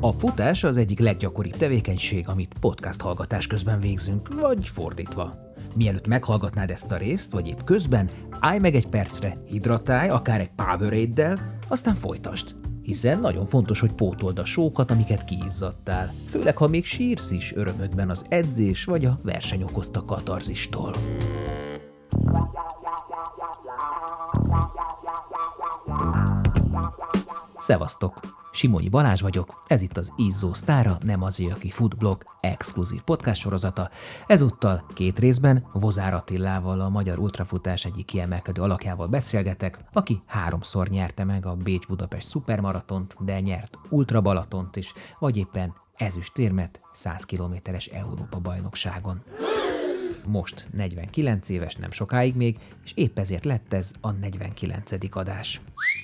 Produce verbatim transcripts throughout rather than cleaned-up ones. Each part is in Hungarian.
A futás az egyik leggyakoribb tevékenység, amit podcast hallgatás közben végzünk, vagy fordítva. Mielőtt meghallgatnád ezt a részt, vagy épp közben, állj meg egy percre, hidratálj, akár egy Powerade-del, aztán folytasd. Hiszen nagyon fontos, hogy pótold a sókat, amiket kiizzadtál. Főleg, ha még sírsz is örömödben az edzés vagy a verseny okozta katarzistól. Szevasztok! Simonyi Balázs vagyok, ez itt az Izzó Sztára, nem az ő, aki fut blog exkluzív podcast sorozata. Ezúttal két részben Vozár Attilával, a magyar ultrafutás egyik kiemelkedő alakjával beszélgetek, aki háromszor nyerte meg a Bécs-Budapest szupermaratont, de nyert Ultra Balatont is, vagy éppen ezüstérmet száz kilométeres Európa-bajnokságon. Most negyvenkilenc éves, nem sokáig még, és épp ezért lett ez a negyvenkilencedik adás.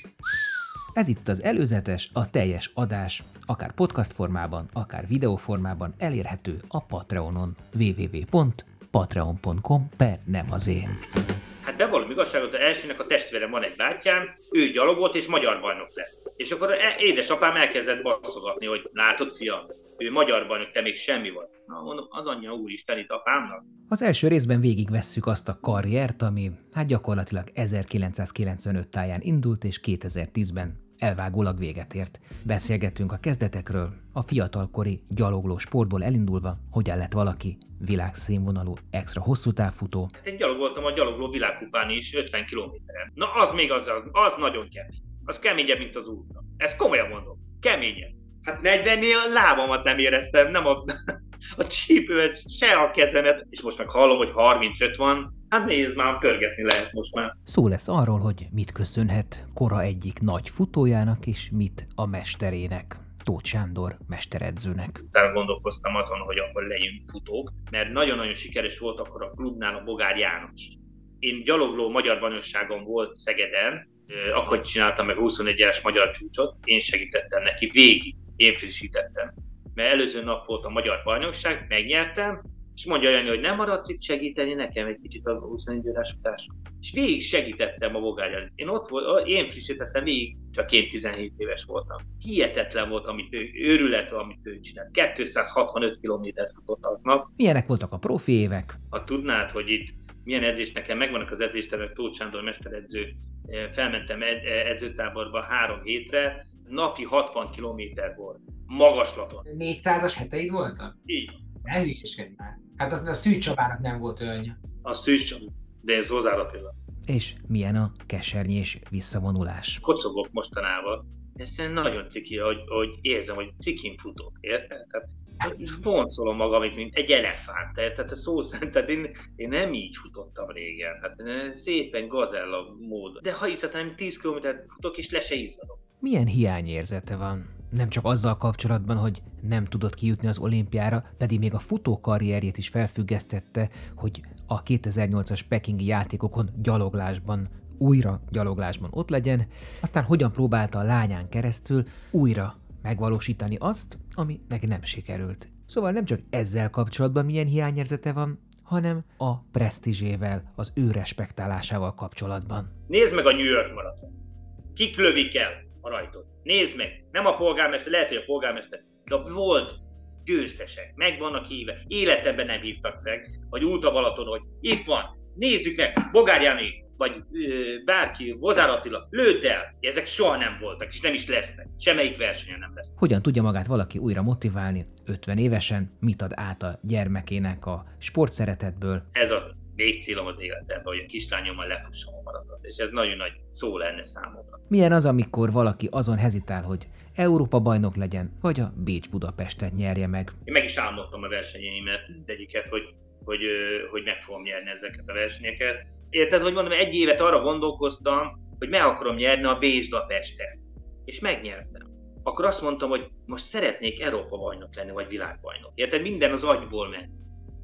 Ez itt az előzetes, a teljes adás, akár podcast formában, akár videó formában elérhető a Patreonon, double-u double-u double-u pont patreon pont com per nem az én. Hát bevallom igazságot, az elsőnek a testvérem van egy bátyám, ő gyalogolt és magyar bajnok lett. És akkor édesapám elkezdett basszogatni, hogy látod fiam, ő magyar bajnok, te még semmi vagy. Na mondom, az anyja úristen itt apámnak. Az első részben végigvesszük azt a karriert, ami hát gyakorlatilag ezerkilencszázkilencvenöt táján indult és kétezer-tízben elvágólag véget ért. Beszélgetünk a kezdetekről, a fiatalkori gyalogló sportból elindulva, hogyan lett valaki világszínvonalú extra hosszú távfutó. Hát én gyalogoltam a gyalogló világkupán is ötven kilométeren. Na az még az, az nagyon kemény. Az keményebb, mint az útra. Ezt komolyan mondom. Keményebb. Hát negyvennél a lábamat nem éreztem, nem a, a csípőmet, se a kezemet. És most meg hallom, hogy harmincöt van. Hát nézd már, pörgetni lehet most már. Szó lesz arról, hogy mit köszönhet kora egyik nagy futójának, és mit a mesterének, Tóth Sándor mesteredzőnek. Utána gondolkoztam azon, hogy akkor legyünk futók, mert nagyon-nagyon sikeres volt akkor a klubnál a Bogár János. Én gyalogló magyar bajnokságon volt Szegeden, akkor csináltam meg huszonegy éves magyar csúcsot, én segítettem neki végig, én frissítettem. Mert előző nap volt a magyar bajnokság, megnyertem, és mondja Jani, hogy nem maradsz itt segíteni nekem egy kicsit a huszonegy éves futáson. És végig segítettem a Bogárján. Én ott volt, én frissítettem végig, csak én tizenhét éves voltam. Hihetetlen volt, amit ő, őrület, amit ő csinált. kétszázhatvanöt kilométert futott aznap. Milyenek voltak a profi évek? Ha tudnád, hogy itt milyen edzés, nekem megvannak az edzéstervek, Tóth Sándor mesteredző, felmentem ed- edzőtáborba három hétre, napi hatvan kilométer volt, magaslaton. négyszázas heteid voltak? Így. Ne hülyéskedj már. Hát az a Szűcs Csabának nem volt olyanja. A Szűcs Csaba, de ez Vozár Attila. És milyen a kesernyés visszavonulás? Kocogok mostanában. Ez nagyon ciki, hogy, hogy érzem, hogy cikin futok, érted? Tehát vonszolom magam, mint egy elefánt, tehát a szó szerint, tehát én, én nem így futottam régen, hát szépen gazella mód. De ha hiszem, tíz kilométert futok, és le se izzadok. Milyen hiányérzete van? Nem csak azzal kapcsolatban, hogy nem tudott kijutni az olimpiára, pedig még a futó karrierjét is felfüggesztette, hogy a kétezer-nyolcas pekingi játékokon gyaloglásban, újra gyaloglásban ott legyen, aztán hogyan próbálta a lányán keresztül újra megvalósítani azt, ami neki nem sikerült. Szóval nem csak ezzel kapcsolatban milyen hiányérzete van, hanem a presztízsével, az ő respektálásával kapcsolatban. Nézd meg a New York maraton. Kik lövik el a rajtot? Nézd meg! Nem a polgármester, lehet, hogy a polgármester, de volt győztesek, meg vannak hívve. Életemben nem hívtak meg, vagy Ultra Balaton, hogy itt van, nézzük meg, Bogár Jani, vagy ö, bárki, Vozár Attila, lőd el! Ezek soha nem voltak, és nem is lesznek. Semmelyik versenyen nem lesz. Hogyan tudja magát valaki újra motiválni ötven évesen, mit ad át a gyermekének a sportszeretetből? Ez a végcélom az életemben, hogy a kislányommal lefussam a maratont, és ez nagyon nagy szó lenne számomra. Milyen az, amikor valaki azon hezitál, hogy Európa-bajnok legyen, vagy a Bécs-Budapestet nyerje meg? Én meg is álmodtam a versenyeimet, egyiket, hogy, hogy, hogy meg fogom nyerni ezeket a versenyeket. Érted, hogy mondom, egy évet arra gondolkoztam, hogy meg akarom nyerni a Bécs-Budapestet, és megnyertem. Akkor azt mondtam, hogy most szeretnék Európa-bajnok lenni, vagy világbajnok. Érted, minden az agyból ment.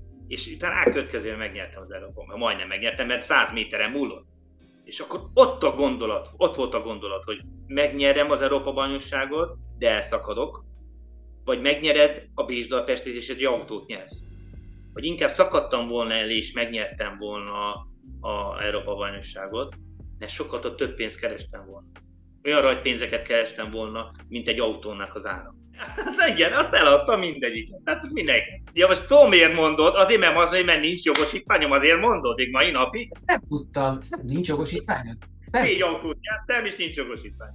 És utána rákövetkezően megnyertem az Európa, majdnem megnyertem, mert száz méteren múlott. És akkor ott a gondolat, ott volt a gondolat, hogy megnyerem az Európa-bajnokságot, de elszakadok, vagy megnyered a Bécs-Budapestet, és egy autót nyersz. Vagy inkább szakadtam volna el, és megnyertem volna az Európa-bajnokságot, mert sokkal több pénzt kerestem volna. olyan rajtpénzeket kerestem volna, mint egy autónak az ára. Hát igen, azt eladtam mindegyiket. Tehát mindenki. Ja, most tudom, miért mondod? Azért, mert azért, mert nincs jogosítványom, azért mondod, még mai napig? Ezt nem tudtam. Ezt nem, nincs jogosítványod? Négy autót jártam, és nincs jogosítvány.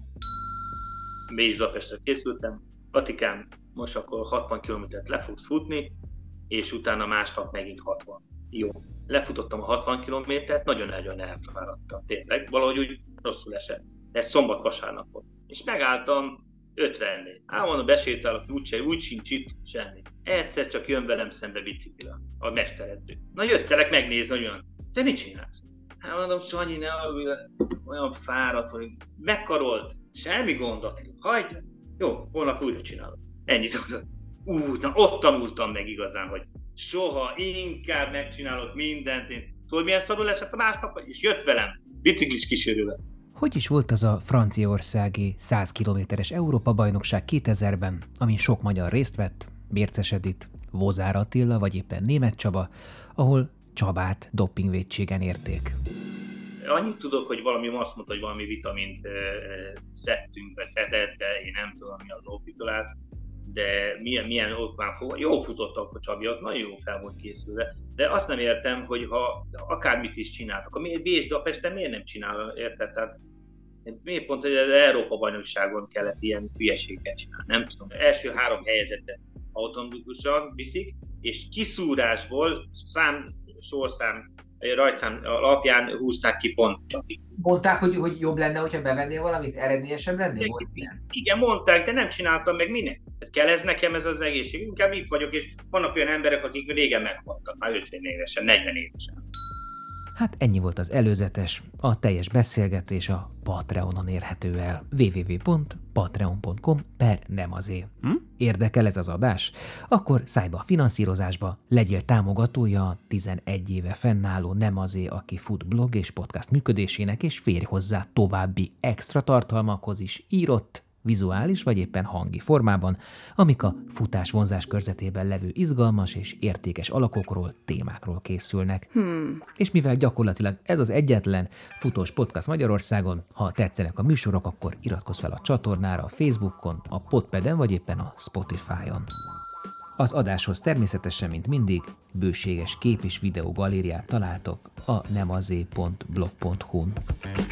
Bécs-Budapestre készültem. Atikám, most akkor hatvan kilométert le fogsz futni, és utána másnap megint hatvan. Jó. Lefutottam a hatvan kilométert, nagyon-nagyon elfáradtam. Tényleg, valahogy úgy rosszul esett. Ez szombat-vasárnap volt. És megálltam ötvennél. Ám mondom, besétálok, úgy, úgy sincs itt semmi. Egyszer csak jön velem szembe biciklire, a mesteredző. Na jöttelek megnézni, hogy jön. Te mit csinálsz? Hát mondom, Sanyi, ne olyan fáradt, hogy megkarolt. Semmi gond, Attila. Hagyj! Jó, holnap újra csinálom. Ennyit mondom. Ú, na ott tanultam meg igazán, hogy soha inkább megcsinálok mindent. Én tudod, milyen szarul esett a másnap, és jött velem biciklis kísérővel. Hogy is volt az a franciaországi száz kilométeres Európa-bajnokság kétezerben, amin sok magyar részt vett, Mérces Edit, Vozár Attila vagy éppen Németh Csaba, ahol Csabát doppingvétségen érték? Annyit tudok, hogy valami azt mondta, hogy valami vitamint szedtünk, vagy szedett, de én nem tudom, mi az opitolát, de milyen, milyen okán fog. Jó futottak a Csabiak, nagyon jó fel volt készülve, de azt nem értem, hogy ha akármit is csináltak, miért Bécs-Budapesten miért nem csinál, érted? Tehát miért pont az Európa-bajnokságon kellett ilyen hülyeséget csinálni, nem tudom. Az első három helyezettet automatikusan viszik, és kiszúrásból szám, sorszám, rajtszám alapján húzták ki pont Csabig. Mondták, hogy, hogy jobb lenne, hogyha bevennél valamit, eredményesebb lennél? Volt ilyen? Igen, mondták, de nem csináltam meg minek. Kell ez nekem ez az egészség? Inkább itt vagyok, és vannak olyan emberek, akik régen meghaltak, már ötven évesen, negyven évesen. Hát ennyi volt az előzetes, a teljes beszélgetés a Patreonon érhető el. double-u double-u double-u pont patreon pont com per nem azért. Hm? Érdekel ez az adás? Akkor szállj be a finanszírozásba, legyél támogatója a tizenegy éve fennálló Nem azért, aki fut blog és podcast működésének, és férj hozzá további extra tartalmakhoz is írott, vizuális vagy éppen hangi formában, amik a futás vonzás körzetében levő izgalmas és értékes alakokról, témákról készülnek. Hmm. És mivel gyakorlatilag ez az egyetlen futós podcast Magyarországon, ha tetszenek a műsorok, akkor iratkozz fel a csatornára a Facebookon, a Podpeden vagy éppen a Spotify-on. Az adáshoz természetesen, mint mindig, bőséges kép- és videó galériát találtok a nemazé pont blog pont hu-n.